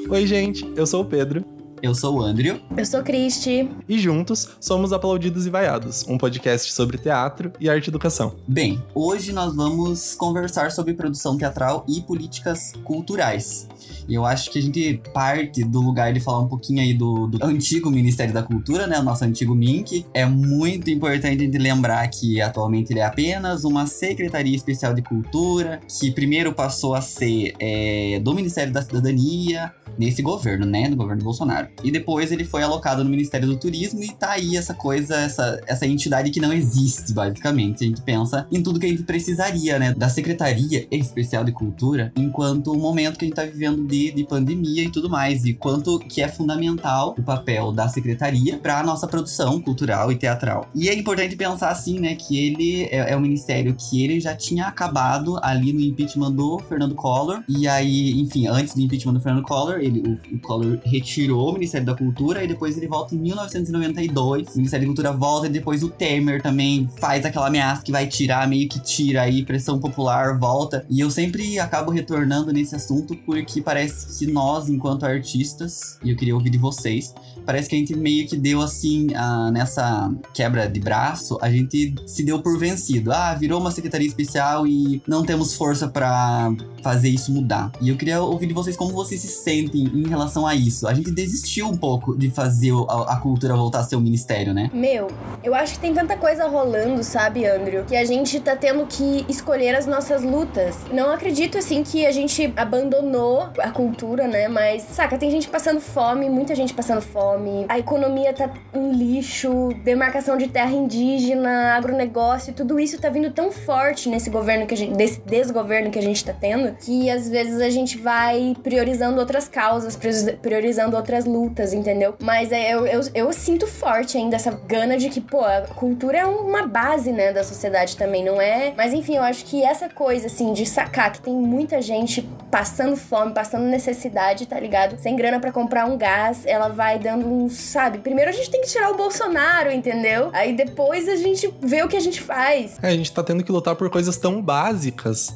Oi, gente, eu sou o Pedro. Eu sou o Andrew. Eu sou Cristi. E juntos somos Aplaudidos e Vaiados, um podcast sobre teatro e arte e educação. Bem, hoje nós vamos conversar sobre produção teatral e políticas culturais. E eu acho que a gente parte do lugar de falar um pouquinho aí do antigo Ministério da Cultura, né? O nosso antigo MINC. É muito importante a gente lembrar que atualmente ele é apenas uma Secretaria Especial de Cultura, que primeiro passou a ser do Ministério da Cidadania, nesse governo, né? No governo Bolsonaro. E depois ele foi alocado no Ministério do Turismo e tá aí essa coisa, essa entidade que não existe, basicamente. A gente pensa em tudo que a gente precisaria, né? Da Secretaria Especial de Cultura, enquanto o momento que a gente tá vivendo de pandemia e tudo mais. E quanto que é fundamental o papel da Secretaria pra nossa produção cultural e teatral. E é importante pensar assim, né? Que ele é um ministério que ele já tinha acabado ali no impeachment do Fernando Collor. E aí, enfim, antes do impeachment do Fernando Collor, o Collor retirou o Ministério da Cultura e depois ele volta em 1992. O Ministério da Cultura volta e depois o Temer também faz aquela ameaça que vai tirar, meio que tira aí, pressão popular, volta. E eu sempre acabo retornando nesse assunto porque parece que nós, enquanto artistas, e eu queria ouvir de vocês, parece que a gente meio que deu assim, nessa quebra de braço, a gente se deu por vencido. Virou uma secretaria especial e não temos força pra fazer isso mudar. E eu queria ouvir de vocês como vocês se sentem em relação a isso. A gente desistiu um pouco de fazer a cultura voltar a ser um ministério, né? Eu acho que tem tanta coisa rolando, sabe, Andrew? Que a gente tá tendo que escolher as nossas lutas. Não acredito, assim, que a gente abandonou a cultura, né? Mas, saca, tem gente passando fome, muita gente passando fome. A economia tá um lixo, demarcação de terra indígena, agronegócio, tudo isso tá vindo tão forte nesse governo desse desgoverno que a gente tá tendo, que às vezes a gente vai priorizando outras causas, priorizando outras lutas, entendeu? Mas eu sinto forte ainda essa gana de que, pô, a cultura é uma base, né, da sociedade também, não é? Mas enfim, eu acho que essa coisa, assim, de sacar que tem muita gente passando fome, passando necessidade, tá ligado? Sem grana pra comprar um gás, ela vai dando um, sabe? Primeiro a gente tem que tirar o Bolsonaro, entendeu? Aí depois a gente vê o que a gente faz. A gente tá tendo que lutar por coisas tão básicas,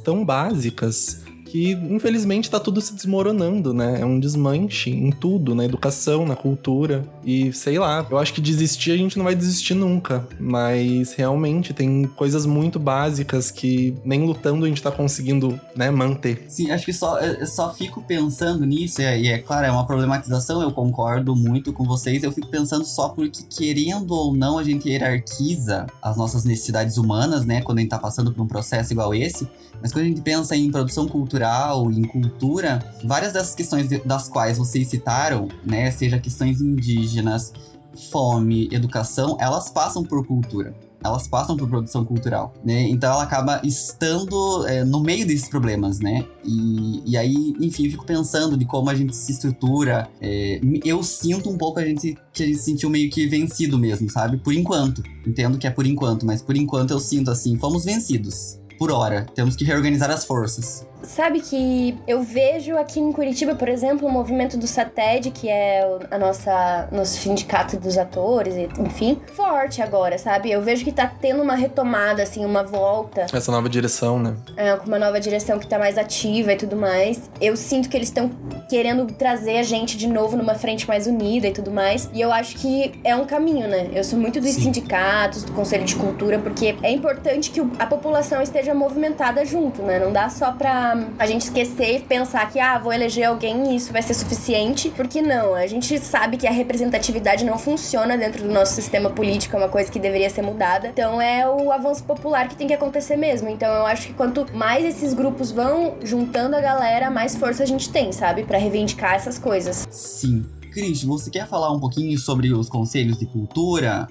que infelizmente tá tudo se desmoronando, né? É um desmanche em tudo, na educação, na cultura. E sei lá, eu acho que desistir a gente não vai desistir nunca. Mas realmente tem coisas muito básicas que nem lutando a gente tá conseguindo, né, manter. Sim, acho que só fico pensando nisso, e é claro, é uma problematização, eu concordo muito com vocês. Eu fico pensando só porque, querendo ou não, a gente hierarquiza as nossas necessidades humanas, né? Quando a gente tá passando por um processo igual esse. Mas quando a gente pensa em produção cultural, em cultura, várias dessas questões das quais vocês citaram, né, seja questões indígenas, fome, educação, elas passam por cultura. Elas passam por produção cultural, né? Então ela acaba estando no meio desses problemas, né? E aí, enfim, eu fico pensando de como a gente se estrutura. Eu sinto um pouco que a gente se sentiu meio que vencido mesmo, sabe? Por enquanto. Entendo que é por enquanto, mas por enquanto eu sinto assim, fomos vencidos. Por hora, temos que reorganizar as forças. Sabe que eu vejo aqui em Curitiba, por exemplo, o movimento do SATED, que é nosso sindicato dos atores, enfim, forte agora, sabe? Eu vejo que tá tendo uma retomada, assim, uma volta. Essa nova direção, né? Com uma nova direção que tá mais ativa e tudo mais. Eu sinto que eles estão querendo trazer a gente de novo numa frente mais unida e tudo mais. E eu acho que é um caminho, né? Eu sou muito dos sindicatos, do Conselho de Cultura, porque é importante que a população esteja movimentada junto, né? Não dá só pra a gente esquecer e pensar que, vou eleger alguém e isso vai ser suficiente, porque não, a gente sabe que a representatividade não funciona dentro do nosso sistema político, é uma coisa que deveria ser mudada, então é o avanço popular que tem que acontecer mesmo. Então eu acho que quanto mais esses grupos vão juntando a galera, mais força a gente tem, sabe, pra reivindicar essas coisas. Sim. Cris, você quer falar um pouquinho sobre os conselhos de cultura?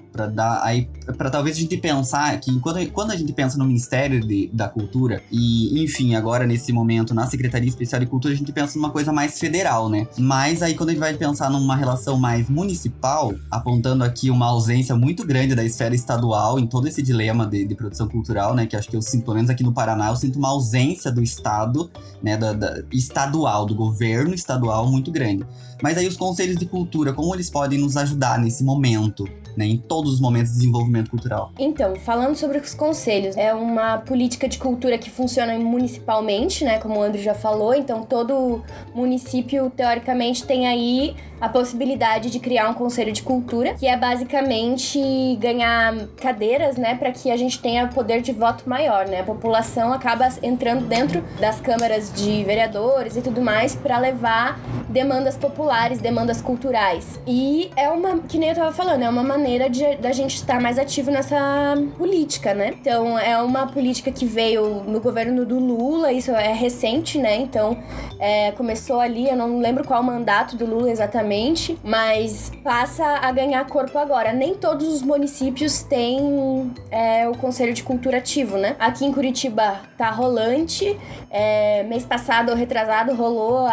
Pra talvez a gente pensar que quando a gente pensa no Ministério da Cultura e, enfim, agora nesse momento na Secretaria Especial de Cultura, a gente pensa numa coisa mais federal, né? Mas aí quando a gente vai pensar numa relação mais municipal, apontando aqui uma ausência muito grande da esfera estadual em todo esse dilema de produção cultural, né? Que acho que eu sinto, pelo menos aqui no Paraná, eu sinto uma ausência do Estado, né? Estadual, do governo estadual muito grande. Mas aí os conselhos conselhos de cultura, como eles podem nos ajudar nesse momento, né, em todos os momentos de desenvolvimento cultural? Então, falando sobre os conselhos, é uma política de cultura que funciona municipalmente, né, como o Andrew já falou, então todo município, teoricamente, tem aí a possibilidade de criar um conselho de cultura, que é basicamente ganhar cadeiras, né, para que a gente tenha poder de voto maior, né, a população acaba entrando dentro das câmaras de vereadores e tudo mais para levar demandas populares, demandas culturais. E é uma, que nem eu tava falando, é uma maneira da gente estar mais ativo nessa política, né? Então, é uma política que veio no governo do Lula, isso é recente, né? Então, começou ali, eu não lembro qual o mandato do Lula exatamente, mas passa a ganhar corpo agora. Nem todos os municípios têm o Conselho de Cultura ativo, né? Aqui em Curitiba tá rolante, mês passado ou retrasado rolou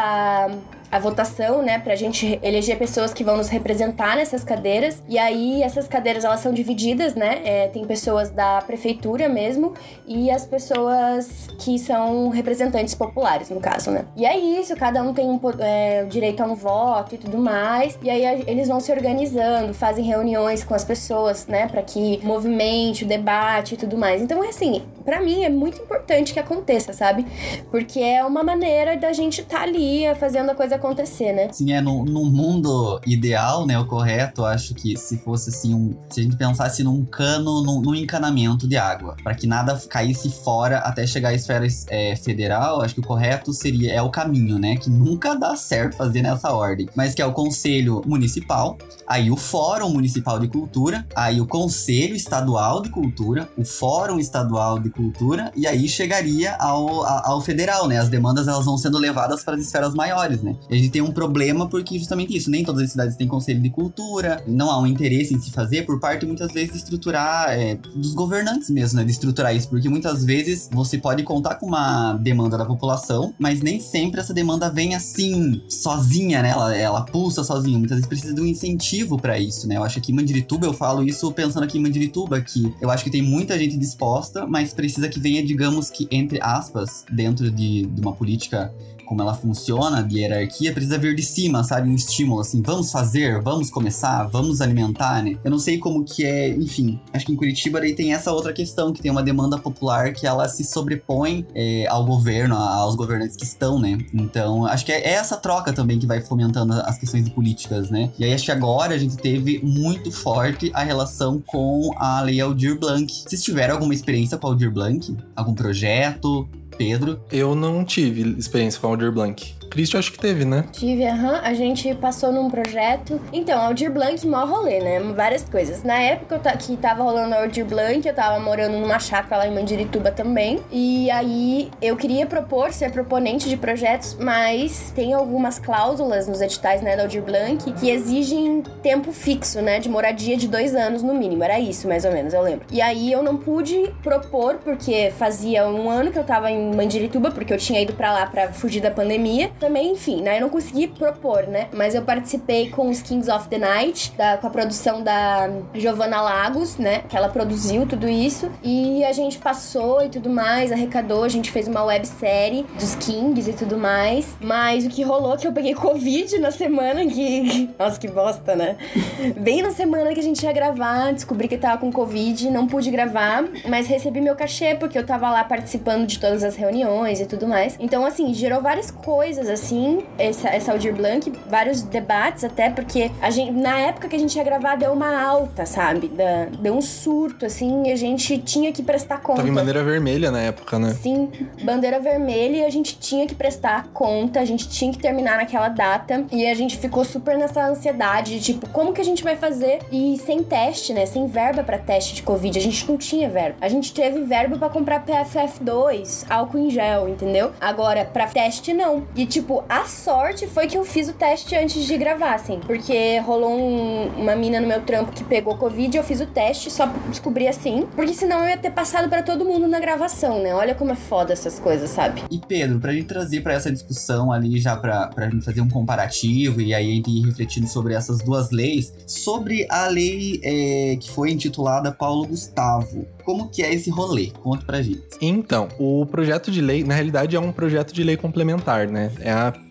a votação, né, pra gente eleger pessoas que vão nos representar nessas cadeiras. E aí, essas cadeiras, elas são divididas, né, tem pessoas da prefeitura mesmo e as pessoas que são representantes populares, no caso, né. E é isso, cada um tem o direito a um voto e tudo mais. E aí, eles vão se organizando, fazem reuniões com as pessoas, né, pra que movimente o debate e tudo mais. Então, assim, pra mim é muito importante que aconteça, sabe? Porque é uma maneira da gente tá ali fazendo a coisa acontecer, né? Sim, no mundo ideal, né, o correto, acho que se fosse assim, se a gente pensasse num cano, num encanamento de água, para que nada caísse fora até chegar à esfera federal, acho que o correto seria, o caminho, né, que nunca dá certo fazer nessa ordem, mas que é o Conselho Municipal, aí o Fórum Municipal de Cultura, aí o Conselho Estadual de Cultura, o Fórum Estadual de Cultura, e aí chegaria ao federal, né, as demandas elas vão sendo levadas para as esferas maiores, né. E a gente tem um problema porque justamente isso, nem todas as cidades têm conselho de cultura, não há um interesse em se fazer por parte muitas vezes de estruturar, dos governantes mesmo, né, de estruturar isso, porque muitas vezes você pode contar com uma demanda da população, mas nem sempre essa demanda vem assim, sozinha, né, ela pulsa sozinha, muitas vezes precisa de um incentivo pra isso, né, eu acho que em Mandirituba, eu falo isso pensando aqui em Mandirituba, que eu acho que tem muita gente disposta, mas precisa que venha, digamos que, entre aspas, dentro de uma política como ela funciona, de hierarquia, precisa vir de cima, sabe? Um estímulo, assim, vamos fazer, vamos começar, vamos alimentar, né? Eu não sei como que enfim, acho que em Curitiba daí tem essa outra questão, que tem uma demanda popular que ela se sobrepõe ao governo, aos governantes que estão, né? Então, acho que é essa troca também que vai fomentando as questões de políticas, né? E aí, acho que agora a gente teve muito forte a relação com a Lei Aldir Blanc. Vocês tiveram alguma experiência com a Aldir Blanc? Algum projeto? Pedro? Eu não tive experiência com a Aldir Blanc. Cristi, acho que teve, né? Tive, a gente passou num projeto. Então, Aldir Blanc, mó rolê, né? Várias coisas. Na época que tava rolando a Aldir Blanc, eu tava morando numa chácara lá em Mandirituba também. E aí, eu queria ser proponente de projetos, mas tem algumas cláusulas nos editais, né, da Aldir Blanc, que exigem tempo fixo, né, de moradia de 2 anos no mínimo. Era isso, mais ou menos, eu lembro. E aí, eu não pude propor, porque fazia 1 ano que eu tava em Mandirituba, porque eu tinha ido pra lá pra fugir da pandemia. Também, enfim, né? Eu não consegui propor, né? Mas eu participei com os Kings of the Night, com a produção da Giovanna Lagos, né? Que ela produziu tudo isso. E a gente passou e tudo mais, arrecadou, a gente fez uma websérie dos Kings e tudo mais. Mas o que rolou é que eu peguei Covid na semana que... Nossa, que bosta, né? Bem na semana que a gente ia gravar, descobri que eu tava com Covid, não pude gravar, mas recebi meu cachê porque eu tava lá participando de todas as reuniões e tudo mais. Então, assim, gerou várias coisas, assim, essa Aldir Blanc, vários debates até, porque a gente, na época que a gente ia gravar, deu uma alta, sabe? Deu um surto, assim, e a gente tinha que prestar conta. Tava em bandeira vermelha na época, né? Sim, bandeira vermelha, e a gente tinha que prestar conta, a gente tinha que terminar naquela data, e a gente ficou super nessa ansiedade de, tipo, como que a gente vai fazer? E sem teste, né? Sem verba pra teste de Covid, a gente não tinha verba. A gente teve verba pra comprar PFF2, álcool em gel, entendeu? Agora, pra teste, não. E, tipo, a sorte foi que eu fiz o teste antes de gravar, assim. Porque rolou uma mina no meu trampo que pegou Covid, eu fiz o teste, só descobri assim. Porque senão eu ia ter passado pra todo mundo na gravação, né? Olha como é foda essas coisas, sabe? E Pedro, pra gente trazer pra essa discussão ali, já pra gente fazer um comparativo, e aí a gente ir refletindo sobre essas duas leis, sobre a lei que foi intitulada Paulo Gustavo. Como que é esse rolê? Conta pra gente. Então, o projeto de lei, na realidade, é um projeto de lei complementar, né? É a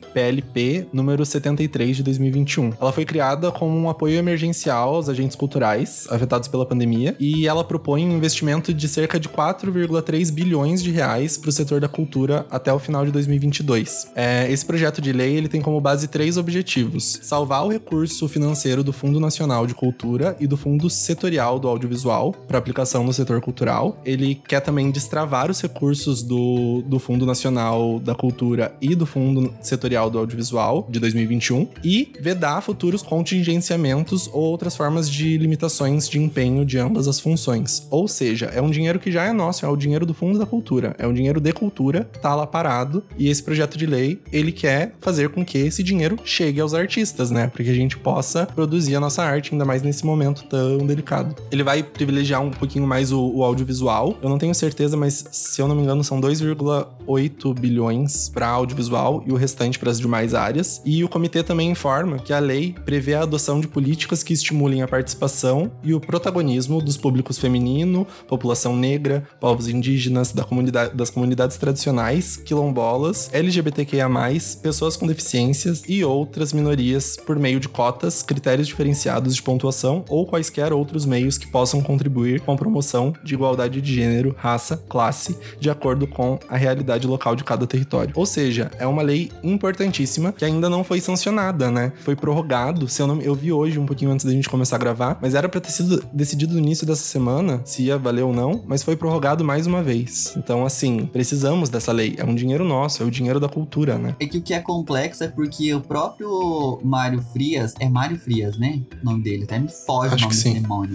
PLP número 73 de 2021. Ela foi criada como um apoio emergencial aos agentes culturais afetados pela pandemia e ela propõe um investimento de cerca de 4,3 bilhões de reais para o setor da cultura até o final de 2022. Esse projeto de lei ele tem como base 3 objetivos: salvar o recurso financeiro do Fundo Nacional de Cultura e do Fundo Setorial do Audiovisual para aplicação no setor cultural. Ele quer também destravar os recursos do Fundo Nacional da Cultura e do Fundo Setorial do Audiovisual de 2021 e vedar futuros contingenciamentos ou outras formas de limitações de empenho de ambas as funções. Ou seja, é um dinheiro que já é nosso, é o dinheiro do Fundo da Cultura, é um dinheiro de cultura, tá lá parado, e esse projeto de lei, ele quer fazer com que esse dinheiro chegue aos artistas, né? Para que a gente possa produzir a nossa arte, ainda mais nesse momento tão delicado. Ele vai privilegiar um pouquinho mais o audiovisual, eu não tenho certeza, mas se eu não me engano são 2,8 bilhões para audiovisual e o restante para as demais áreas. E o comitê também informa que a lei prevê a adoção de políticas que estimulem a participação e o protagonismo dos públicos feminino, população negra, povos indígenas, das comunidades tradicionais, quilombolas, LGBTQIA+, pessoas com deficiências e outras minorias por meio de cotas, critérios diferenciados de pontuação ou quaisquer outros meios que possam contribuir com a promoção de igualdade de gênero, raça, classe, de acordo com a realidade local de cada território. Ou seja, é uma lei importantíssima que ainda não foi sancionada, né? Foi prorrogado, eu vi hoje, um pouquinho antes da gente começar a gravar, mas era pra ter sido decidido no início dessa semana, se ia valer ou não, mas foi prorrogado mais uma vez. Então, assim, precisamos dessa lei. É um dinheiro nosso, é o dinheiro da cultura, né? É que o que é complexo é porque o próprio Mário Frias, é Mário Frias, né? O nome dele, até me foge o nome desse demônio.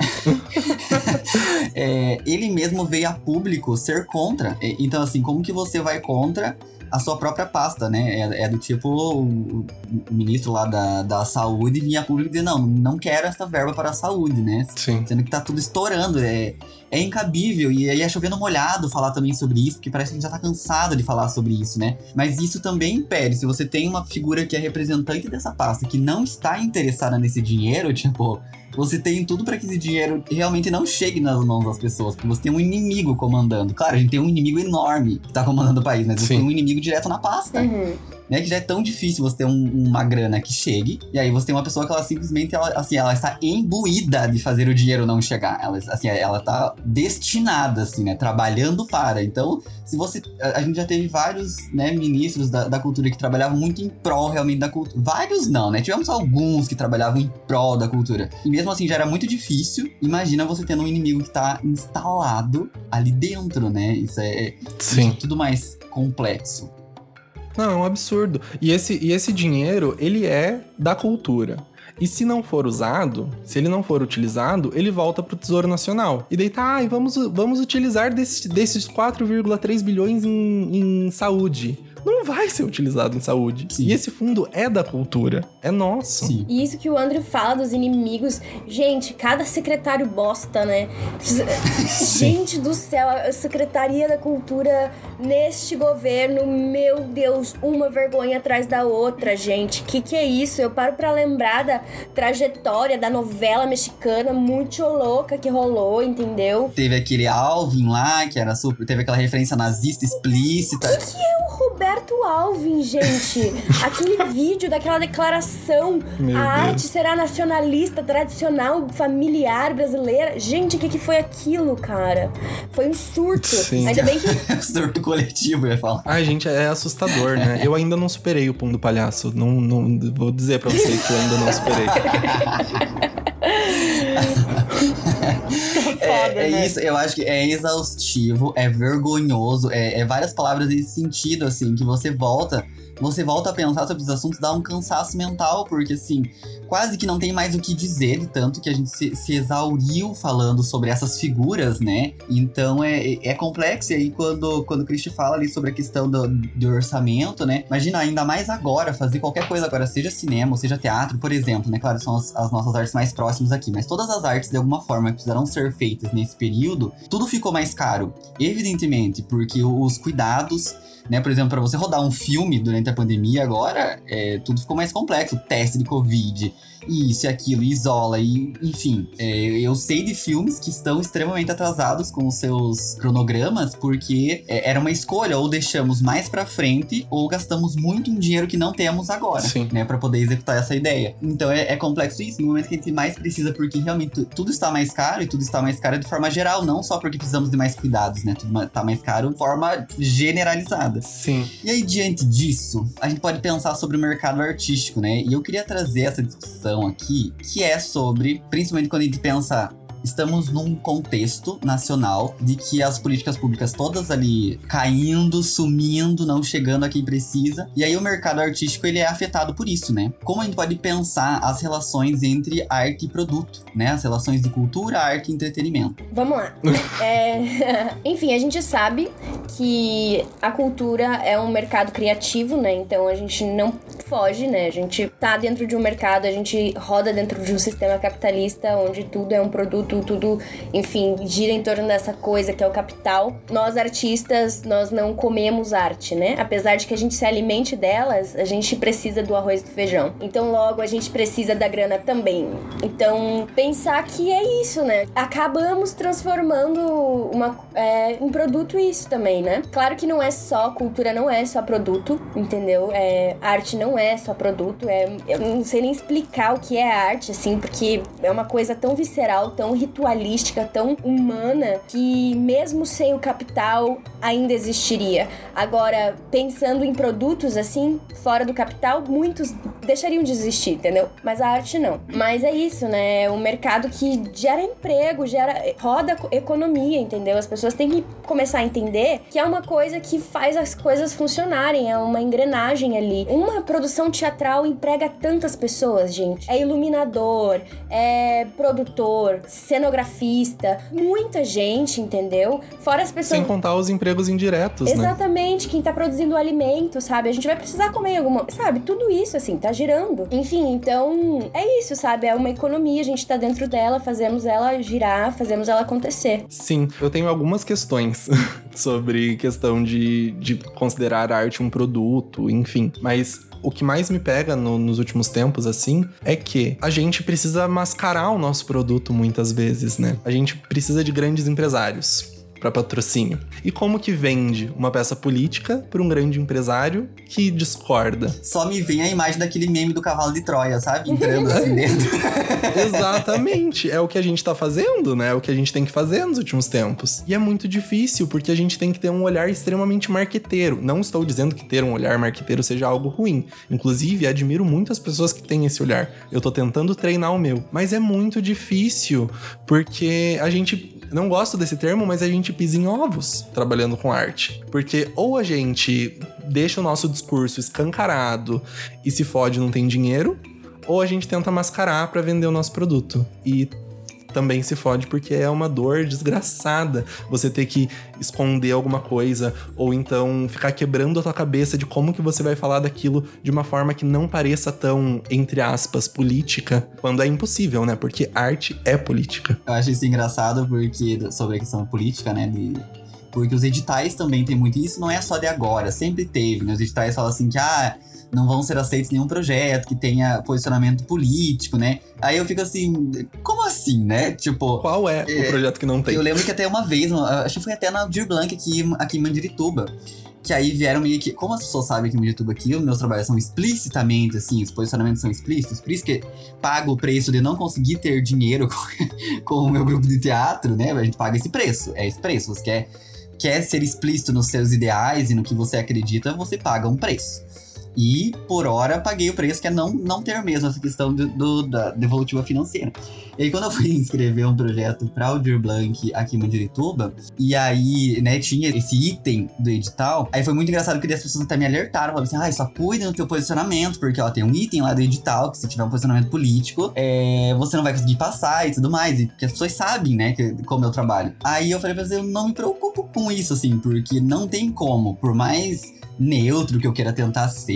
Ele mesmo veio a público ser contra. Então, assim, como que você vai contra a sua própria pasta, né? É do tipo o ministro lá da saúde vinha a público dizer, não quero essa verba para a saúde, né? Sim. Sendo que tá tudo estourando, é incabível, e aí é chovendo molhado falar também sobre isso, porque parece que a gente já tá cansado de falar sobre isso, né? Mas isso também impede, se você tem uma figura que é representante dessa pasta, que não está interessada nesse dinheiro, tipo, você tem tudo para que esse dinheiro realmente não chegue nas mãos das pessoas, porque você tem um inimigo comandando. Claro, a gente tem um inimigo enorme que tá comandando o país, mas você tem um inimigo direto na pasta. Né, que já é tão difícil você ter uma grana que chegue, e aí você tem uma pessoa que ela simplesmente, ela está imbuída de fazer o dinheiro não chegar. Ela tá destinada, assim, né, trabalhando para. Então, se você... A gente já teve vários, né, ministros da cultura que trabalhavam muito em prol, realmente, da cultura. Vários não, né? Tivemos alguns que trabalhavam em prol da cultura. E mesmo assim, já era muito difícil. Imagina você tendo um inimigo que tá instalado ali dentro, né? Isso é tudo mais complexo. Não, é um absurdo. E esse dinheiro, ele é da cultura. E se não for usado, se ele não for utilizado, ele volta pro Tesouro Nacional. E daí vamos utilizar desses 4,3 bilhões em saúde. Não vai ser utilizado em saúde. Sim. E esse fundo é da cultura. É nosso. Sim. E isso que o Andrew fala dos inimigos. Gente, cada secretário bosta, né? Gente do céu, a Secretaria da Cultura neste governo, meu Deus, uma vergonha atrás da outra, gente. Que é isso? Eu paro pra lembrar da trajetória da novela mexicana muito louca que rolou, entendeu? Teve aquele Alvin lá, que era super... Teve aquela referência nazista explícita. O que é o Roberto Alvin, gente? Aquele vídeo daquela declaração, a arte será nacionalista, tradicional, familiar, brasileira. Gente, o que foi aquilo, cara? Foi um surto. Sim. Ainda bem que... surto coletivo, eu ia falar. Ai, gente, é assustador, né? Eu ainda não superei o Pum do Palhaço. Não vou dizer pra vocês que eu ainda não superei. Né? Isso, eu acho que é exaustivo, é vergonhoso, é várias palavras nesse sentido, assim, que você volta a pensar sobre os assuntos, dá um cansaço mental, porque, assim, quase que não tem mais o que dizer, de tanto que a gente se exauriu falando sobre essas figuras, né? Então, é complexo, e aí quando o Cristi fala ali sobre a questão do orçamento, né? Imagina, ainda mais agora, fazer qualquer coisa agora, seja cinema ou seja teatro, por exemplo, né? Claro, são as nossas artes mais próximas aqui, mas todas as artes, de alguma forma, que precisaram ser feitas nesse período, tudo ficou mais caro. Evidentemente, porque os cuidados né? Por exemplo, para você rodar um filme durante a pandemia agora, tudo ficou mais complexo. Teste de Covid, isso e aquilo, isola, e enfim. Eu sei de filmes que estão extremamente atrasados com os seus cronogramas, porque era uma escolha, ou deixamos mais pra frente, ou gastamos muito um dinheiro que não temos agora, Sim. né? Pra poder executar essa ideia. Então é complexo isso, no momento que a gente mais precisa, porque realmente tudo está mais caro, e tudo está mais caro de forma geral, não só porque precisamos de mais cuidados, né? Tudo tá mais caro de forma generalizada. Sim. E aí, diante disso, a gente pode pensar sobre o mercado artístico, né? E eu queria trazer essa discussão aqui, que é sobre, principalmente quando a gente pensa, estamos num contexto nacional de que as políticas públicas todas ali caindo, sumindo, não chegando a quem precisa. E aí o mercado artístico, ele é afetado por isso, né? Como a gente pode pensar as relações entre arte e produto, né? As relações de cultura, arte e entretenimento. Vamos lá. Enfim, a gente sabe que a cultura é um mercado criativo, né? Então a gente não foge, né? A gente tá dentro de um mercado, a gente roda dentro de um sistema capitalista onde tudo é um produto, tudo, enfim, gira em torno dessa coisa que é o capital. Nós, artistas, nós não comemos arte, né? Apesar de que a gente se alimente delas, a gente precisa do arroz e do feijão. Então, logo, a gente precisa da grana também. Então, pensar que é isso, né? Acabamos transformando em produto isso também, né? Claro que não é só, cultura não é só produto, entendeu? Arte não é só produto, eu não sei nem explicar o que é arte, assim, porque é uma coisa tão visceral, tão ritualística, tão humana, que mesmo sem o capital ainda existiria. Agora, pensando em produtos assim, fora do capital, muitos deixariam de existir, entendeu? Mas a arte não. Mas é isso, né? É um mercado que gera emprego, roda economia, entendeu? As pessoas têm que começar a entender que é uma coisa que faz as coisas funcionarem, é uma engrenagem ali. Uma produção teatral emprega tantas pessoas, gente. É iluminador, é produtor, cenografista, muita gente, entendeu? Fora as pessoas... Sem contar os empregos indiretos, Exatamente, quem tá produzindo alimento, sabe? A gente vai precisar comer alguma... Sabe? Tudo isso, assim, tá girando. Enfim, então, é isso, sabe? É uma economia, a gente tá dentro dela, fazemos ela girar, fazemos ela acontecer. Sim, eu tenho algumas questões sobre questão de considerar a arte um produto, enfim. Mas o que mais me pega nos últimos tempos, assim, é que a gente precisa mascarar o nosso produto muitas vezes, né? A gente precisa de grandes empresários para patrocínio. E como que vende uma peça política para um grande empresário que discorda? Só me vem a imagem daquele meme do cavalo de Troia, sabe? Entrando assim dentro. Exatamente. É o que a gente tá fazendo, né? É o que a gente tem que fazer nos últimos tempos. E é muito difícil, porque a gente tem que ter um olhar extremamente marqueteiro. Não estou dizendo que ter um olhar marqueteiro seja algo ruim. Inclusive, admiro muito as pessoas que têm esse olhar. Eu tô tentando treinar o meu. Mas é muito difícil, porque a gente... Não gosto desse termo, mas a gente pisa em ovos trabalhando com arte. Porque ou a gente deixa o nosso discurso escancarado e se fode e não tem dinheiro, ou a gente tenta mascarar pra vender o nosso produto. E também se fode porque é uma dor desgraçada você ter que esconder alguma coisa, ou então ficar quebrando a tua cabeça de como que você vai falar daquilo de uma forma que não pareça tão, entre aspas, política, quando é impossível, né? Porque arte é política. Eu acho isso engraçado porque, sobre a questão política, né? Porque os editais também tem muito, e isso não é só de agora, sempre teve, né? Os editais falam assim que, não vão ser aceitos nenhum projeto que tenha posicionamento político, né? Aí eu fico assim, como assim, né? Tipo... Qual é o projeto que não tem? Eu lembro que até uma vez, acho que foi até na Aldir Blanc aqui em Mandirituba, que aí vieram meio que... Como as pessoas sabem que em Mandirituba aqui, os meus trabalhos são explicitamente, assim, os posicionamentos são explícitos, por isso que pago o preço de não conseguir ter dinheiro com o meu grupo de teatro, né? A gente paga esse preço, você quer ser explícito nos seus ideais e no que você acredita, você paga um preço. E, por hora, paguei o preço, que é não ter mesmo essa questão da devolutiva financeira. E aí, quando eu fui inscrever um projeto pra Aldir Blanc aqui em Mandirituba, e aí, né, tinha esse item do edital, aí foi muito engraçado que as pessoas até me alertaram, falaram assim, só cuida do teu posicionamento, porque, tem um item lá do edital, que se tiver um posicionamento político, você não vai conseguir passar e tudo mais, e que as pessoas sabem, né, como eu trabalho. Aí eu falei pra você, eu não me preocupo com isso, assim, porque não tem como, por mais neutro que eu queira tentar ser,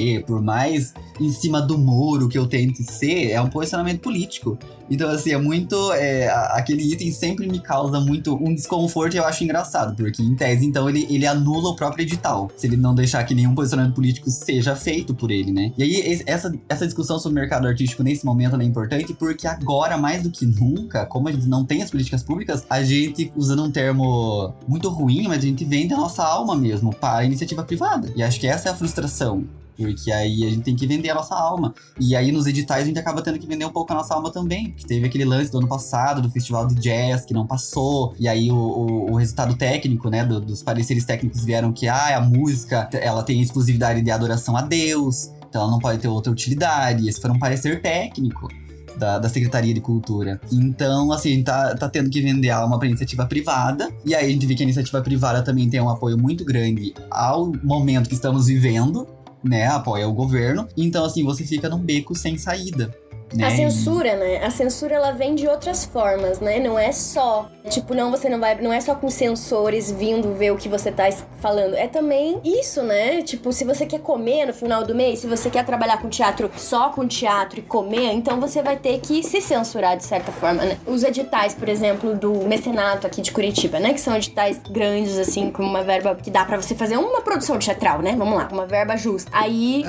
ser, por mais em cima do muro que eu tente ser, é um posicionamento político. Então, assim, é muito... aquele item sempre me causa muito um desconforto e eu acho engraçado. Porque, em tese, então, ele anula o próprio edital. Se ele não deixar que nenhum posicionamento político seja feito por ele, né? E aí, essa discussão sobre o mercado artístico, nesse momento, é importante porque agora, mais do que nunca, como a gente não tem as políticas públicas, a gente, usando um termo muito ruim, mas a gente vende a nossa alma mesmo para a iniciativa privada. E acho que essa é a frustração. Porque aí a gente tem que vender a nossa alma. E aí nos editais a gente acaba tendo que vender um pouco a nossa alma também. Porque teve aquele lance do ano passado, do festival de jazz, que não passou. E aí o resultado técnico, né, dos pareceres técnicos vieram que a música, ela tem exclusividade de adoração a Deus. Então ela não pode ter outra utilidade. Esse foi um parecer técnico da Secretaria de Cultura. Então, assim, a gente tá tendo que vender a alma pra iniciativa privada. E aí a gente vê que a iniciativa privada também tem um apoio muito grande ao momento que estamos vivendo, né? Apoia o governo. Então, assim, você fica num beco sem saída, né? A censura, né? A censura, ela vem de outras formas, né? Não é só... Tipo, não é só com censores vindo ver o que você tá falando. É também isso, né? Tipo, se você quer comer no final do mês, se você quer trabalhar com teatro, só com teatro e comer, então você vai ter que se censurar de certa forma, né? Os editais, por exemplo, do mecenato aqui de Curitiba, né? Que são editais grandes, assim, com uma verba que dá pra você fazer uma produção teatral, né? Vamos lá, uma verba justa. Aí...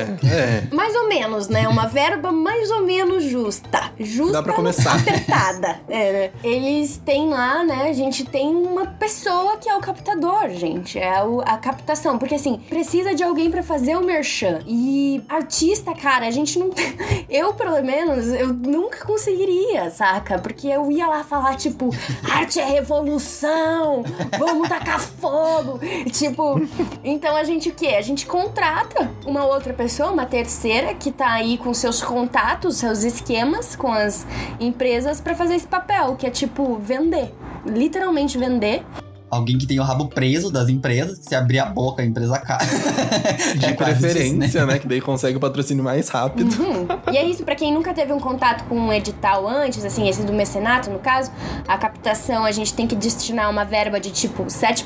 Mais ou menos, né? Uma verba mais ou menos justa. Justa, dá pra começar. Apertada. Né? Eles têm lá, né, a gente tem uma pessoa que é o captador, gente. É a captação. Porque, assim, precisa de alguém pra fazer o merchan. E artista, cara, a gente não... Eu, pelo menos, eu nunca conseguiria, saca? Porque eu ia lá falar, tipo, arte é revolução, vamos tacar fogo. Tipo, então a gente o quê? A gente contrata uma outra pessoa, uma terceira, que tá aí com seus contatos, seus esquemas com as empresas pra fazer esse papel, que é, tipo, vender. Literalmente vender. Alguém que tem o rabo preso das empresas, que se abrir a boca, a empresa cai. De preferência, isso, né? Que daí consegue o patrocínio mais rápido. E é isso, pra quem nunca teve um contato com um edital antes, assim, esse do mecenato, no caso, a captação, a gente tem que destinar uma verba de, tipo,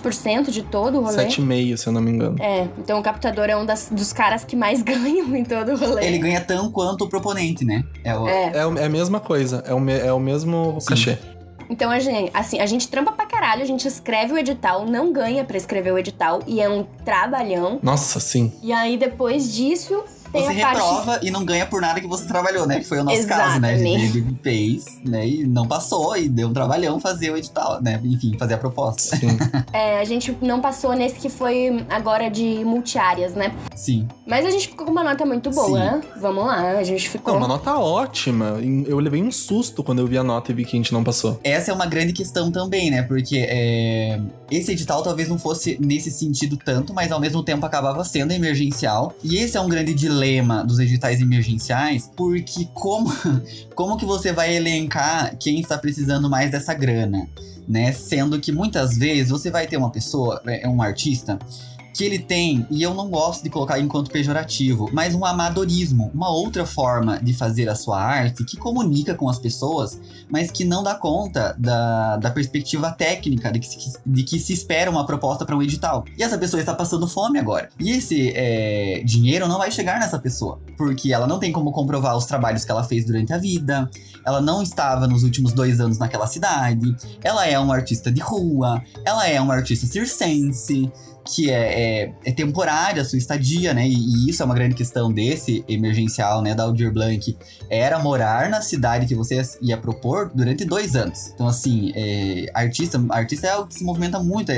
7% de todo o rolê. 7,5%, se eu não me engano. Então o captador é um dos caras que mais ganham em todo o rolê. Ele ganha tão quanto o proponente, né? É a mesma coisa, é o mesmo cachê. Então, a gente trampa pra caralho, a gente escreve o edital, não ganha pra escrever o edital, e é um trabalhão. Nossa, sim. E aí, depois disso... Você reprova e não ganha por nada que você trabalhou, né? Que foi o nosso caso, né? A gente fez, né? E não passou, e deu um trabalhão fazer o edital, né? Enfim, fazer a proposta. Sim. A gente não passou nesse que foi agora de multiáreas, né? Sim. Mas a gente ficou com uma nota muito boa, né? Vamos lá, a gente ficou... Uma nota ótima. Eu levei um susto quando eu vi a nota e vi que a gente não passou. Essa é uma grande questão também, né? Porque esse edital talvez não fosse nesse sentido tanto, mas ao mesmo tempo acabava sendo emergencial. E esse é um grande dilema dos editais emergenciais, porque como que você vai elencar quem está precisando mais dessa grana, né? Sendo que muitas vezes você vai ter uma pessoa, um artista, que ele tem, e eu não gosto de colocar enquanto pejorativo, mas um amadorismo, uma outra forma de fazer a sua arte que comunica com as pessoas, mas que não dá conta da perspectiva técnica de que se espera uma proposta para um edital. E essa pessoa está passando fome agora. E esse dinheiro não vai chegar nessa pessoa, porque ela não tem como comprovar os trabalhos que ela fez durante a vida, ela não estava nos últimos 2 anos naquela cidade, ela é uma artista de rua, ela é uma artista circense, que é temporária a sua estadia, né? E isso é uma grande questão desse emergencial, né? Da Aldir Blanc. Era morar na cidade que você ia propor durante 2 anos. Então, assim, artista é algo que se movimenta muito.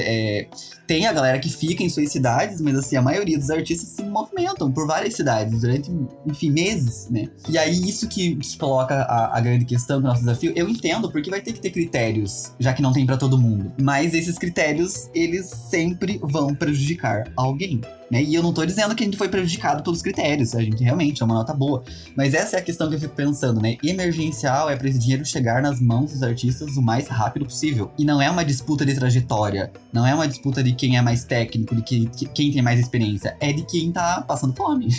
Tem a galera que fica em suas cidades, mas, assim, a maioria dos artistas se movimentam por várias cidades durante, enfim, meses, né? E aí, isso que coloca a grande questão do nosso desafio. Eu entendo, porque vai ter que ter critérios, já que não tem pra todo mundo. Mas esses critérios, eles sempre vão prejudicar alguém, né? E eu não tô dizendo que a gente foi prejudicado pelos critérios, a gente realmente é uma nota boa. Mas essa é a questão que eu fico pensando, né? Emergencial é pra esse dinheiro chegar nas mãos dos artistas o mais rápido possível. E não é uma disputa de trajetória, não é uma disputa de quem é mais técnico, de quem tem mais experiência, é de quem tá passando fome.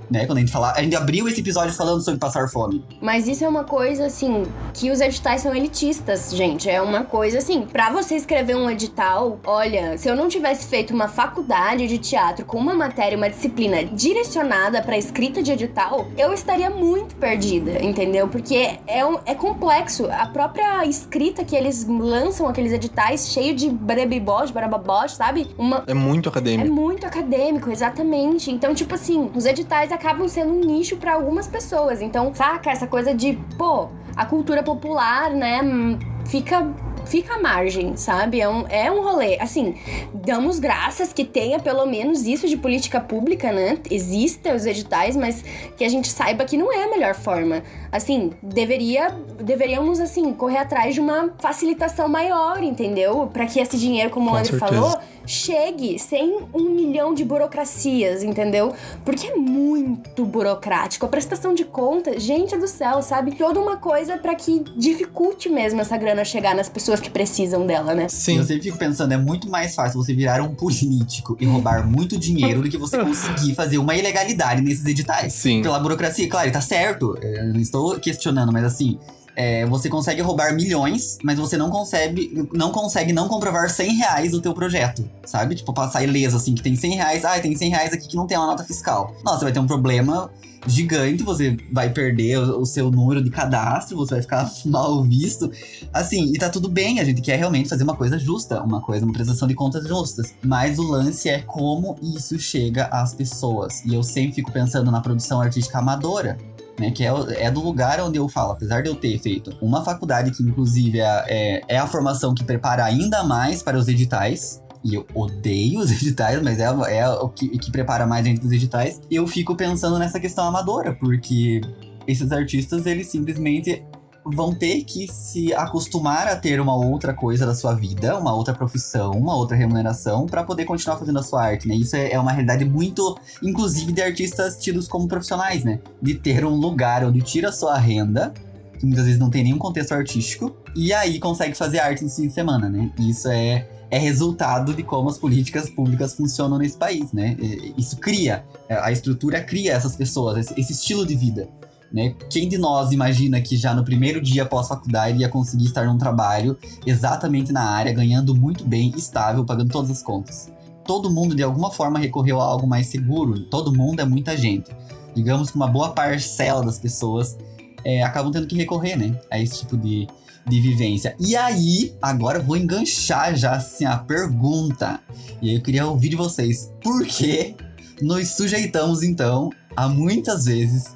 né? Quando a gente abriu esse episódio falando sobre passar fome. Mas isso é uma coisa, assim, que os editais são elitistas, gente. É uma coisa, assim, pra você escrever um edital, olha, se eu não tivesse feito uma faculdade de teatro com uma matéria, uma disciplina direcionada pra escrita de edital, eu estaria muito perdida, entendeu? Porque é complexo. A própria escrita que eles lançam, aqueles editais cheio de brebibós, barababós, sabe? É muito acadêmico. É muito acadêmico, exatamente. Então, tipo assim, os editais acabam sendo um nicho pra algumas pessoas. Então, saca? Essa coisa de, pô, a cultura popular, né, fica à margem, sabe? É um rolê. Assim, damos graças que tenha pelo menos isso de política pública, né? Existem os editais, mas que a gente saiba que não é a melhor forma. Assim, deveríamos, assim, correr atrás de uma facilitação maior, entendeu? Pra que esse dinheiro, como o André falou, chegue sem 1 milhão de burocracias, entendeu? Porque é muito burocrático. A prestação de contas, gente do céu, sabe? Toda uma coisa pra que dificulte mesmo essa grana chegar nas pessoas que precisam dela, né? Sim. Eu sempre fico pensando, é muito mais fácil você virar um político e roubar muito dinheiro do que você conseguir fazer uma ilegalidade nesses editais. Sim. Pela burocracia, claro, tá certo. Eu não estou questionando, mas assim... você consegue roubar milhões, mas você não consegue não comprovar R$100 do teu projeto, sabe? Tipo, passar ileso, assim, que tem R$100. Ah, tem R$100 aqui que não tem uma nota fiscal. Nossa, você vai ter um problema gigante, você vai perder o seu número de cadastro, você vai ficar mal visto. Assim, e tá tudo bem, a gente quer realmente fazer uma coisa justa, uma prestação de contas justas. Mas o lance é como isso chega às pessoas. E eu sempre fico pensando na produção artística amadora, né, que é do lugar onde eu falo, apesar de eu ter feito uma faculdade que inclusive é a formação que prepara ainda mais para os editais, e eu odeio os editais, mas é o que prepara mais a gente para os editais, eu fico pensando nessa questão amadora, porque esses artistas, eles simplesmente vão ter que se acostumar a ter uma outra coisa da sua vida, uma outra profissão, uma outra remuneração para poder continuar fazendo a sua arte, né? Isso é uma realidade muito, inclusive, de artistas tidos como profissionais, né? De ter um lugar onde tira a sua renda, que muitas vezes não tem nenhum contexto artístico, e aí consegue fazer arte no fim de semana, né? E isso é resultado de como as políticas públicas funcionam nesse país, né? Isso cria, a estrutura cria essas pessoas, esse estilo de vida, né? Quem de nós imagina que já no primeiro dia pós-faculdade ia conseguir estar num trabalho exatamente na área, ganhando muito bem, estável, pagando todas as contas? Todo mundo, de alguma forma, recorreu a algo mais seguro. Todo mundo é muita gente. Digamos que uma boa parcela das pessoas acabam tendo que recorrer, né, a esse tipo de vivência. E aí, agora eu vou enganchar já, assim, a pergunta. E aí eu queria ouvir de vocês. Por que nos sujeitamos, então, a muitas vezes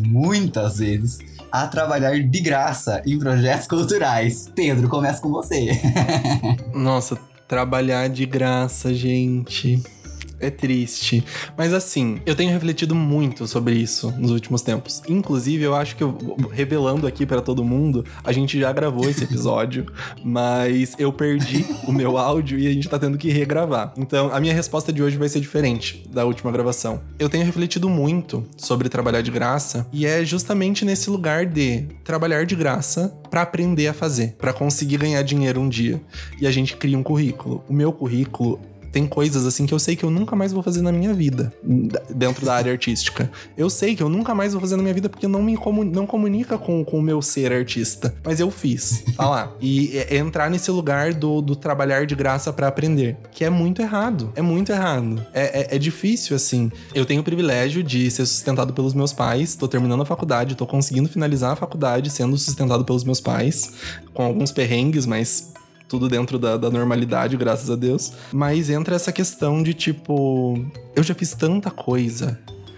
a trabalhar de graça em projetos culturais? Pedro, começa com você. Nossa, trabalhar de graça, gente. É triste. Mas assim, eu tenho refletido muito sobre isso nos últimos tempos. Inclusive, eu acho que revelando aqui pra todo mundo, a gente já gravou esse episódio, mas eu perdi o meu áudio e a gente tá tendo que regravar. Então, a minha resposta de hoje vai ser diferente da última gravação. Eu tenho refletido muito sobre trabalhar de graça e é justamente nesse lugar de trabalhar de graça pra aprender a fazer, pra conseguir ganhar dinheiro um dia. E a gente cria um currículo. O meu currículo tem coisas assim que eu sei que eu nunca mais vou fazer na minha vida, dentro da área artística. Eu sei que eu nunca mais vou fazer na minha vida porque não comunica com o meu ser artista. Mas eu fiz, tá lá. E entrar nesse lugar do trabalhar de graça pra aprender, que é muito errado. É muito errado. É difícil, assim. Eu tenho o privilégio de ser sustentado pelos meus pais, tô terminando a faculdade, tô conseguindo finalizar a faculdade sendo sustentado pelos meus pais, com alguns perrengues, mas tudo dentro da normalidade, graças a Deus. Mas entra essa questão de, tipo, eu já fiz tanta coisa,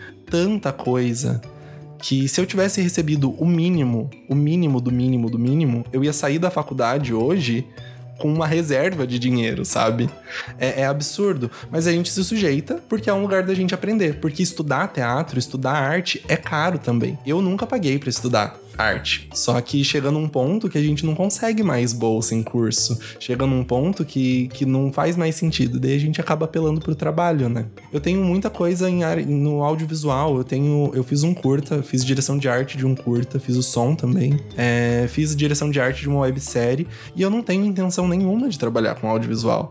que se eu tivesse recebido o mínimo do mínimo, eu ia sair da faculdade hoje com uma reserva de dinheiro, sabe? É absurdo. Mas a gente se sujeita porque é um lugar da gente aprender. Porque estudar teatro, estudar arte é caro também. Eu nunca paguei pra estudar arte. Só que chega num ponto que a gente não consegue mais bolsa em curso. Chega num ponto que não faz mais sentido. Daí a gente acaba apelando pro trabalho, né? Eu tenho muita coisa no audiovisual. Eu fiz um curta, fiz direção de arte de um curta, fiz o som também. Fiz direção de arte de uma websérie. E eu não tenho intenção nenhuma de trabalhar com audiovisual.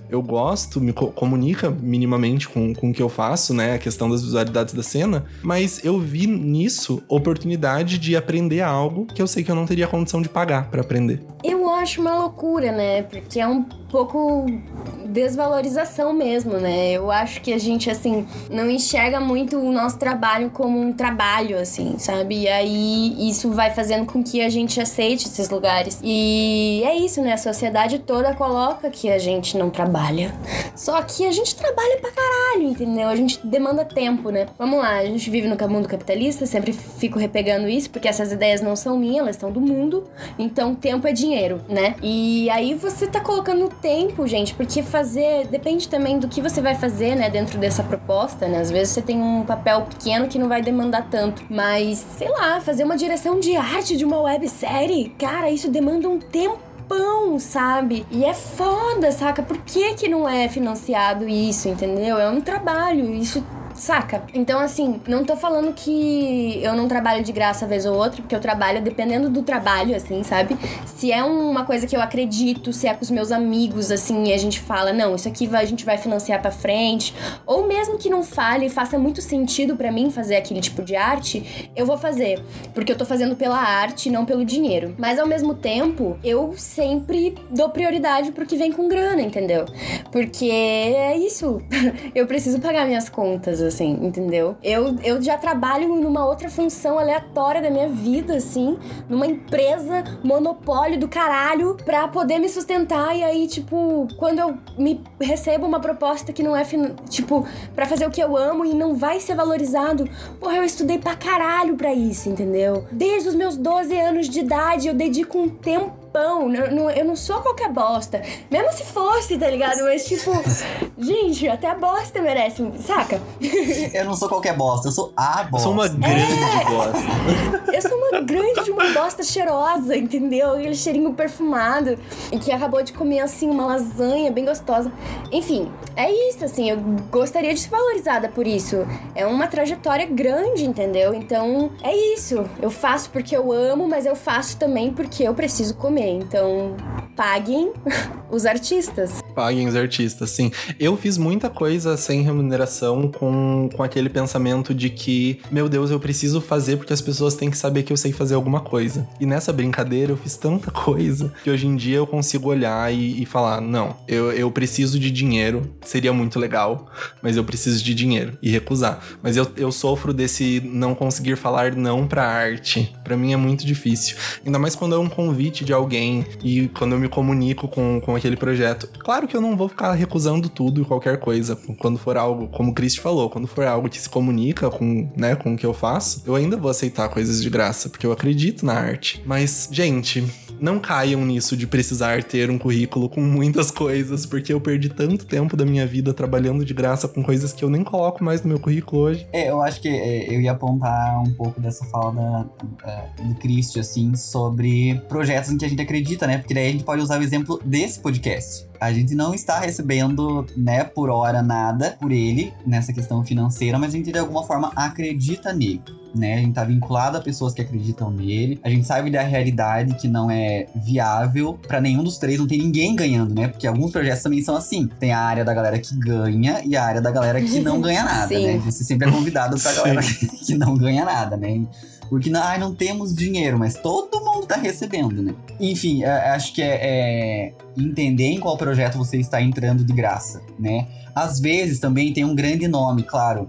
eu gosto, me comunica minimamente com o que eu faço, né? A questão das visualidades da cena, mas eu vi nisso oportunidade de aprender algo que eu sei que eu não teria condição de pagar pra aprender. Eu acho uma loucura, né? Porque é um pouco desvalorização mesmo, né? Eu acho que a gente, assim, não enxerga muito o nosso trabalho como um trabalho, assim, sabe? E aí isso vai fazendo com que a gente aceite esses lugares. E é isso, né? A sociedade toda coloca que a gente não trabalha. Só que a gente trabalha pra caralho, entendeu? A gente demanda tempo, né? Vamos lá, a gente vive no mundo capitalista, sempre fico repegando isso, porque essas ideias não são minhas, elas são do mundo. Então, tempo é dinheiro, né? E aí você tá colocando tempo, gente, porque fazer... Depende também do que você vai fazer, né? Dentro dessa proposta, né? Às vezes você tem um papel pequeno que não vai demandar tanto. Mas, sei lá, fazer uma direção de arte de uma websérie, cara, isso demanda um tempão, sabe? E é foda, saca? Por que não é financiado isso, entendeu? É um trabalho, isso... Saca? Então, assim, não tô falando que eu não trabalho de graça vez ou outra, porque eu trabalho dependendo do trabalho, assim, sabe? Se é uma coisa que eu acredito, se é com os meus amigos, assim, e a gente fala, não, isso aqui a gente vai financiar pra frente, ou mesmo que não fale e faça muito sentido pra mim fazer aquele tipo de arte, eu vou fazer, porque eu tô fazendo pela arte e não pelo dinheiro. Mas, ao mesmo tempo, eu sempre dou prioridade pro que vem com grana, entendeu? Porque é isso, eu preciso pagar minhas contas, assim, entendeu? Eu já trabalho numa outra função aleatória da minha vida, assim, numa empresa monopólio do caralho pra poder me sustentar, e aí, tipo, quando eu me recebo uma proposta que não é, tipo, pra fazer o que eu amo e não vai ser valorizado, porra, eu estudei pra caralho pra isso, entendeu? Desde os meus 12 anos de idade, eu dedico um tempo. Eu não sou qualquer bosta. Mesmo se fosse, tá ligado? Mas, tipo, gente, até a bosta merece, saca? Eu não sou qualquer bosta, eu sou a bosta. Eu sou uma grande bosta. Eu sou uma grande de uma bosta cheirosa, entendeu? Aquele cheirinho perfumado. E que acabou de comer, assim, uma lasanha bem gostosa. Enfim, é isso, assim. Eu gostaria de ser valorizada por isso. É uma trajetória grande, entendeu? Então, é isso. Eu faço porque eu amo, mas eu faço também porque eu preciso comer. Então, paguem os artistas. Paguem os artistas, sim. Eu fiz muita coisa sem remuneração com aquele pensamento de que, meu Deus, eu preciso fazer porque as pessoas têm que saber que eu sei fazer alguma coisa. E nessa brincadeira eu fiz tanta coisa que hoje em dia eu consigo olhar e falar, não, eu preciso de dinheiro, seria muito legal, mas eu preciso de dinheiro e recusar. Mas eu sofro desse não conseguir falar não pra arte. Pra mim é muito difícil. Ainda mais quando é um convite de alguém e quando eu me comunico com aquele projeto. Claro que eu não vou ficar recusando tudo e qualquer coisa. Quando for algo, como o Cristi falou, quando for algo que se comunica com o que eu faço, eu ainda vou aceitar coisas de graça, porque eu acredito na arte. Mas, gente, não caiam nisso de precisar ter um currículo com muitas coisas, porque eu perdi tanto tempo da minha vida trabalhando de graça com coisas que eu nem coloco mais no meu currículo hoje. Eu acho que eu ia apontar um pouco dessa fala do Cristi, assim, sobre projetos em que a gente acredita, né? Porque daí a gente pode usar o exemplo desse podcast. A gente não está recebendo, né, por hora nada por ele, nessa questão financeira, mas a gente de alguma forma acredita nele, né? A gente tá vinculado a pessoas que acreditam nele, a gente sabe da realidade que não é viável pra nenhum dos três, não tem ninguém ganhando, né? Porque alguns projetos também são assim, tem a área da galera que ganha e a área da galera que não ganha nada, né? Você sempre é convidado pra galera que não ganha nada, né? Porque não temos dinheiro, mas todo mundo tá recebendo, né? Enfim, acho que é entender em qual projeto você está entrando de graça, né? Às vezes também tem um grande nome, claro.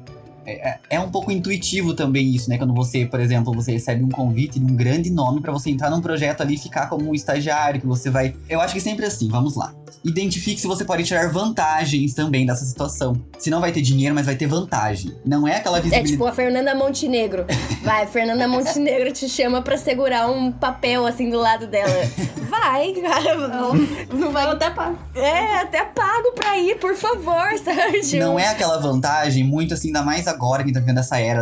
É um pouco intuitivo também isso, né? Quando você, por exemplo, você recebe um convite de um grande nome pra você entrar num projeto ali e ficar como um estagiário, que você vai... Eu acho que sempre assim, vamos lá. Identifique se você pode tirar vantagens também dessa situação. Se não vai ter dinheiro, mas vai ter vantagem. Não é aquela visibilidade... É tipo a Fernanda Montenegro. Vai, a Fernanda Montenegro te chama pra segurar um papel assim do lado dela. Vai, cara. Não vai até pago. Até pago pra ir, por favor, Sérgio. Não é aquela vantagem muito assim, ainda mais agora que tá vendo essa era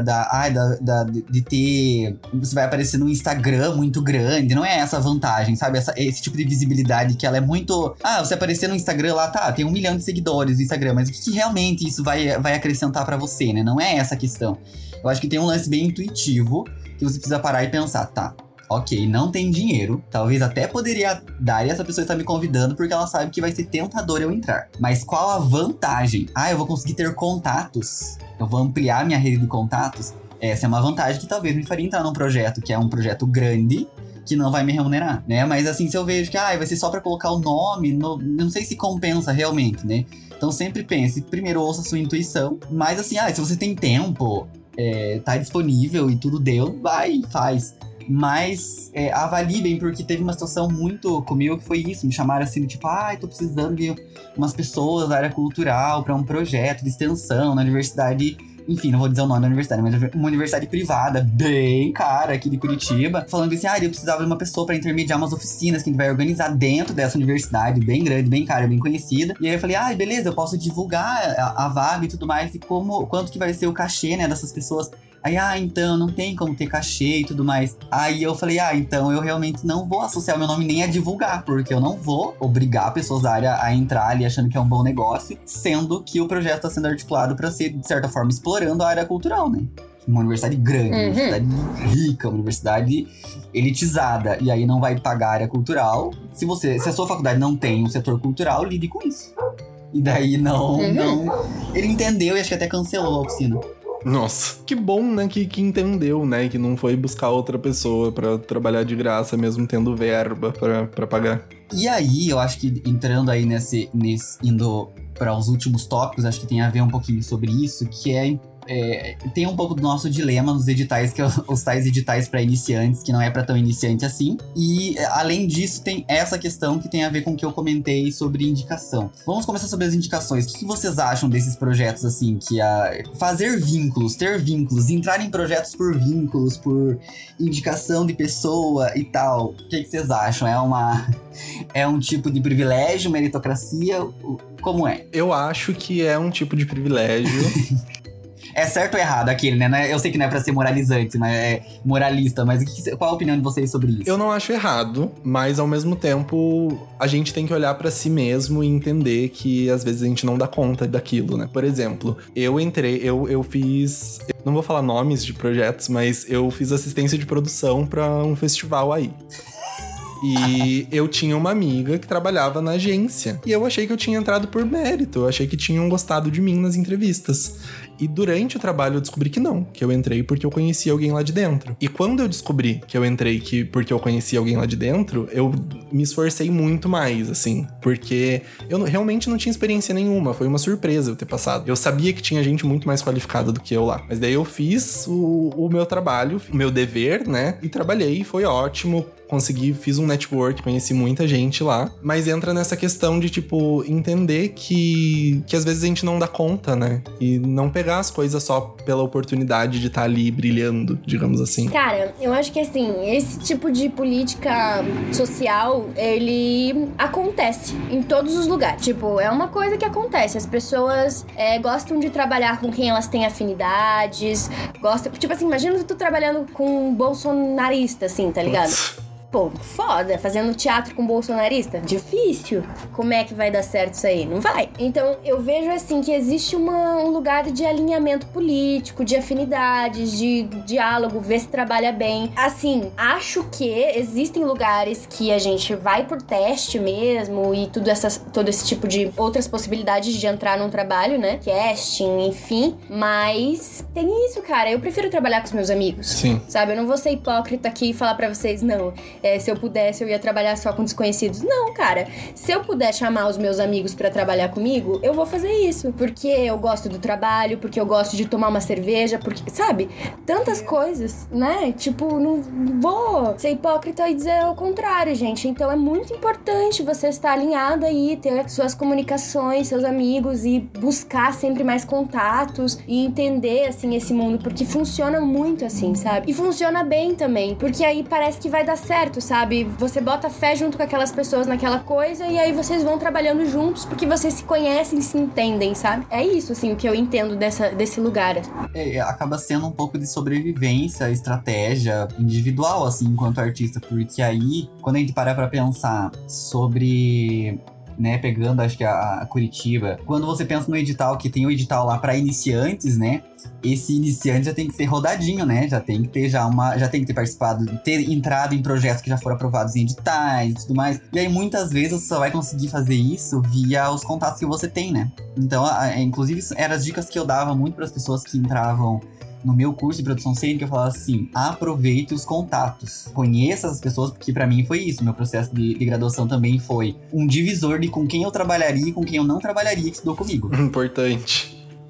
de ter... Você vai aparecer no Instagram muito grande. Não é essa vantagem, sabe? Esse tipo de visibilidade que ela é muito... Você aparecer no Instagram lá, tá, tem 1 milhão de seguidores no Instagram, mas o que realmente isso vai acrescentar pra você, né? Não é essa a questão. Eu acho que tem um lance bem intuitivo que você precisa parar e pensar, tá, ok, não tem dinheiro, talvez até poderia dar e essa pessoa está me convidando porque ela sabe que vai ser tentador eu entrar. Mas qual a vantagem? Eu vou conseguir ter contatos, eu vou ampliar minha rede de contatos. Essa é uma vantagem que talvez me faria entrar num projeto que é um projeto grande, que não vai me remunerar, né? Mas assim, se eu vejo que vai ser só pra colocar o nome, não sei se compensa realmente, né? Então sempre pense, primeiro ouça a sua intuição, mas assim, se você tem tempo, tá disponível e tudo deu, vai, faz. Mas avalie bem, porque teve uma situação muito comigo que foi isso, me chamaram assim, tipo, tô precisando de umas pessoas da área cultural pra um projeto de extensão na universidade. Enfim, não vou dizer o nome da universidade, mas uma universidade privada, bem cara, aqui de Curitiba, falando assim, eu precisava de uma pessoa pra intermediar umas oficinas que a gente vai organizar dentro dessa universidade, bem grande, bem cara, bem conhecida. E aí eu falei, beleza, eu posso divulgar a vaga e tudo mais, e quanto que vai ser o cachê, né, dessas pessoas. Aí, então, não tem como ter cachê e tudo mais. Aí eu falei, então eu realmente não vou associar o meu nome nem a divulgar, porque eu não vou obrigar pessoas da área a entrar ali achando que é um bom negócio, sendo que o projeto está sendo articulado para ser, de certa forma, explorando a área cultural, né? Uma universidade grande, uma universidade rica, uma universidade elitizada. E aí não vai pagar a área cultural. Se a sua faculdade não tem um setor cultural, lide com isso. E daí não... Ele entendeu e acho que até cancelou a oficina. Nossa, que bom, né, que entendeu, né, que não foi buscar outra pessoa pra trabalhar de graça, mesmo tendo verba pra pagar. E aí, eu acho que entrando aí indo para os últimos tópicos, acho que tem a ver um pouquinho sobre isso, que tem um pouco do nosso dilema nos editais, que é os tais editais para iniciantes, que não é para tão iniciante assim. E, além disso, tem essa questão que tem a ver com o que eu comentei sobre indicação. Vamos começar sobre as indicações. O que vocês acham desses projetos, assim, que fazer vínculos, ter vínculos, entrar em projetos por vínculos, por indicação de pessoa e tal? O que vocês acham? É um tipo de privilégio, meritocracia? Como é? Eu acho que é um tipo de privilégio. É certo ou errado aquele, né? Eu sei que não é pra ser moralizante, mas é moralista, mas qual a opinião de vocês sobre isso? Eu não acho errado, mas ao mesmo tempo a gente tem que olhar pra si mesmo e entender que às vezes a gente não dá conta daquilo, né? Por exemplo, eu fiz... Não vou falar nomes de projetos, mas eu fiz assistência de produção pra um festival aí. E eu tinha uma amiga que trabalhava na agência. E eu achei que eu tinha entrado por mérito. Eu achei que tinham gostado de mim nas entrevistas. E durante o trabalho eu descobri que não. Que eu entrei porque eu conhecia alguém lá de dentro. E quando eu descobri que eu entrei porque eu conhecia alguém lá de dentro, eu me esforcei muito mais, assim. Porque eu realmente não tinha experiência nenhuma. Foi uma surpresa eu ter passado. Eu sabia que tinha gente muito mais qualificada do que eu lá. Mas daí eu fiz o meu trabalho, o meu dever, né? E trabalhei, foi ótimo. Fiz um network, conheci muita gente lá, mas entra nessa questão de, tipo, entender que às vezes a gente não dá conta, né? E não pegar as coisas só pela oportunidade de estar ali brilhando, digamos assim. Cara, eu acho que, assim, esse tipo de política social, ele acontece em todos os lugares. Tipo, é uma coisa que acontece. As pessoas gostam de trabalhar com quem elas têm afinidades, tipo assim, imagina tu trabalhando com um bolsonarista, assim, tá ligado? Pô, foda, fazendo teatro com bolsonarista, difícil. Como é que vai dar certo isso aí? Não vai. Então, eu vejo assim que existe um lugar de alinhamento político, de afinidades, de diálogo, ver se trabalha bem. Assim, acho que existem lugares que a gente vai por teste mesmo e todo esse tipo de outras possibilidades de entrar num trabalho, né? Casting, enfim. Mas tem isso, cara. Eu prefiro trabalhar com os meus amigos. Sim. Sabe? Eu não vou ser hipócrita aqui e falar pra vocês, não. Se eu pudesse, eu ia trabalhar só com desconhecidos. Não, cara. Se eu puder chamar os meus amigos pra trabalhar comigo, eu vou fazer isso. Porque eu gosto do trabalho, porque eu gosto de tomar uma cerveja, porque, sabe? Tantas coisas, né? Tipo, não vou ser hipócrita e dizer o contrário, gente. Então é muito importante você estar alinhado aí, ter suas comunicações, seus amigos e buscar sempre mais contatos e entender, assim, esse mundo. Porque funciona muito assim, sabe? E funciona bem também, porque aí parece que vai dar certo, sabe? Você bota fé junto com aquelas pessoas naquela coisa e aí vocês vão trabalhando juntos porque vocês se conhecem, se entendem, sabe? É isso, assim, o que eu entendo desse lugar. Acaba sendo um pouco de sobrevivência, estratégia individual, assim, enquanto artista, porque aí, quando a gente para pra pensar sobre né, pegando acho que a Curitiba, quando você pensa no edital, que tem o edital lá pra iniciantes, né, esse iniciante já tem que ser rodadinho, né, já tem que ter já tem que ter participado, ter entrado em projetos que já foram aprovados em editais e tudo mais. E aí muitas vezes você só vai conseguir fazer isso via os contatos que você tem, né. Então, inclusive, eram as dicas que eu dava muito para as pessoas que entravam no meu curso de produção cênica, eu falava assim: aproveite os contatos, conheça as pessoas, porque pra mim foi isso. Meu processo de graduação também foi um divisor de com quem eu trabalharia e com quem eu não trabalharia que estudou comigo. Importante.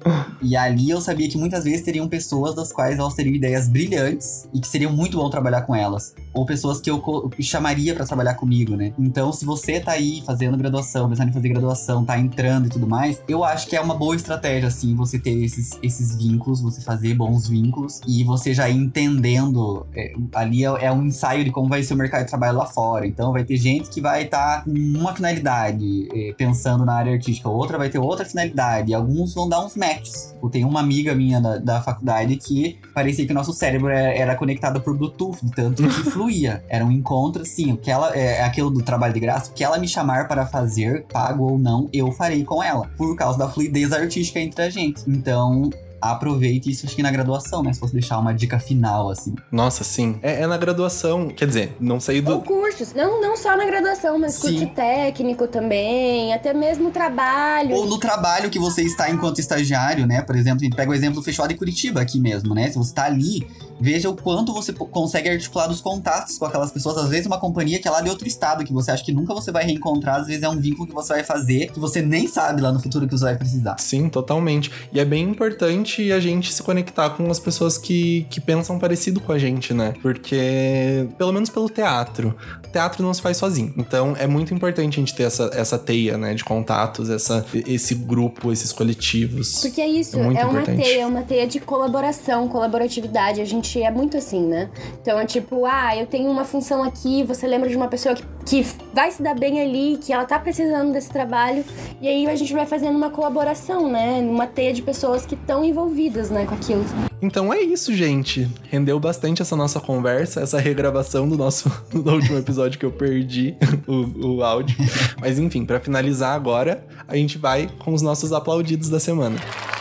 E ali eu sabia que muitas vezes teriam pessoas das quais elas teriam ideias brilhantes e que seria muito bom trabalhar com elas. Ou pessoas que eu chamaria pra trabalhar comigo, né? Então, se você tá aí fazendo graduação, pensando em fazer graduação, tá entrando e tudo mais, eu acho que é uma boa estratégia, assim, você ter esses vínculos, você fazer bons vínculos e você já ir entendendo. Ali é um ensaio de como vai ser o mercado de trabalho lá fora. Então, vai ter gente que vai estar com uma finalidade, pensando na área artística, outra vai ter outra finalidade, e alguns vão dar uns matches. Eu tenho uma amiga minha da faculdade que parecia que o nosso cérebro era conectado por Bluetooth, de tanto que fluía. Era um encontro, assim, o que ela, aquilo do trabalho de graça, o que ela me chamar para fazer, pago ou não, eu farei com ela, por causa da fluidez artística entre a gente. Então, aproveite isso, acho que na graduação, né? Se fosse deixar uma dica final, assim. Nossa, sim. É na graduação, quer dizer, não sei do... Ou cursos, não só na graduação, mas Sim. curso técnico também, até mesmo trabalho. Ou no trabalho que você está enquanto estagiário, né? Por exemplo, a gente pega o exemplo do Festival de Curitiba aqui mesmo, né? Se você está ali, veja o quanto você consegue articular os contatos com aquelas pessoas. Às vezes uma companhia que é lá de outro estado, que você acha que nunca você vai reencontrar, às vezes é um vínculo que você vai fazer, que você nem sabe lá no futuro que você vai precisar. Sim, totalmente. E é bem importante a gente se conectar com as pessoas que pensam parecido com a gente, né? Porque, pelo menos pelo teatro, o teatro não se faz sozinho. Então, é muito importante a gente ter essa teia, né, de contatos, esse grupo, esses coletivos. Porque é isso, muito importante. É uma teia de colaboração, colaboratividade. A gente é muito assim, né? Então, é tipo, eu tenho uma função aqui, você lembra de uma pessoa que vai se dar bem ali, que ela tá precisando desse trabalho, e aí a gente vai fazendo uma colaboração, né? Uma teia de pessoas que estão envolvidas, né, com aquilo. Então é isso, gente. Rendeu bastante essa nossa conversa, essa regravação do último episódio que eu perdi o áudio. Mas enfim, pra finalizar agora, a gente vai com os nossos aplaudidos da semana.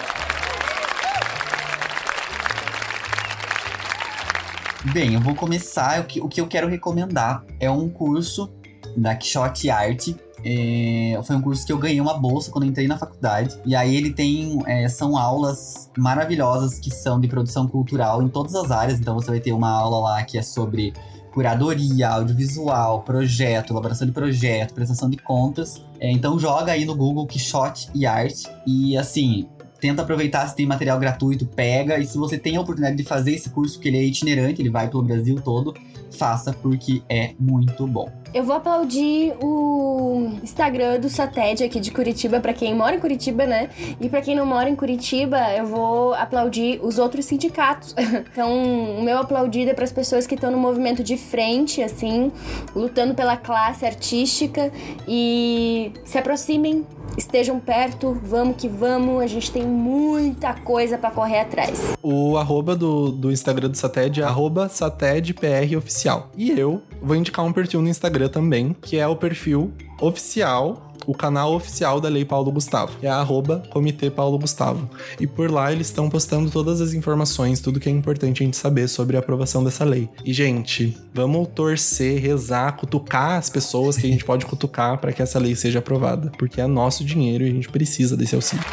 Bem, eu vou começar. O que eu quero recomendar é um curso da Quixote Art. Foi um curso que eu ganhei uma bolsa quando eu entrei na faculdade. E aí ele tem... são aulas maravilhosas que são de produção cultural em todas as áreas. Então você vai ter uma aula lá que é sobre curadoria, audiovisual, projeto, elaboração de projeto, prestação de contas. Então joga aí no Google Quixote e Art. E assim... Tenta aproveitar, se tem material gratuito, pega. E se você tem a oportunidade de fazer esse curso, que ele é itinerante, ele vai pelo Brasil todo, faça, porque é muito bom. Eu vou aplaudir o Instagram do SATED aqui de Curitiba, pra quem mora em Curitiba, né? E pra quem não mora em Curitiba, eu vou aplaudir os outros sindicatos. Então, o meu aplaudido é pras pessoas que estão no movimento de frente, assim, lutando pela classe artística. E se aproximem, estejam perto, vamos que vamos, a gente tem muita coisa pra correr atrás. O arroba do Instagram do SATED é @SATEDPROficial. E eu vou indicar um perfil no Instagram também, que é o perfil oficial, o canal oficial da Lei Paulo Gustavo, que é @Comitê Paulo Gustavo. E por lá eles estão postando todas as informações, tudo que é importante a gente saber sobre a aprovação dessa lei. E, gente, vamos torcer, rezar, cutucar as pessoas que a gente pode cutucar para que essa lei seja aprovada, porque é nosso dinheiro e a gente precisa desse auxílio.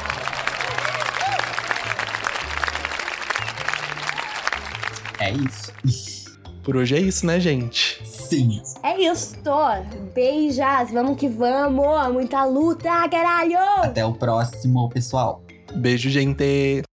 É isso. Por hoje é isso, né, gente? Sim. É isso, beijas, vamos que vamos, muita luta, caralho! Até o próximo, pessoal. Beijo, gente!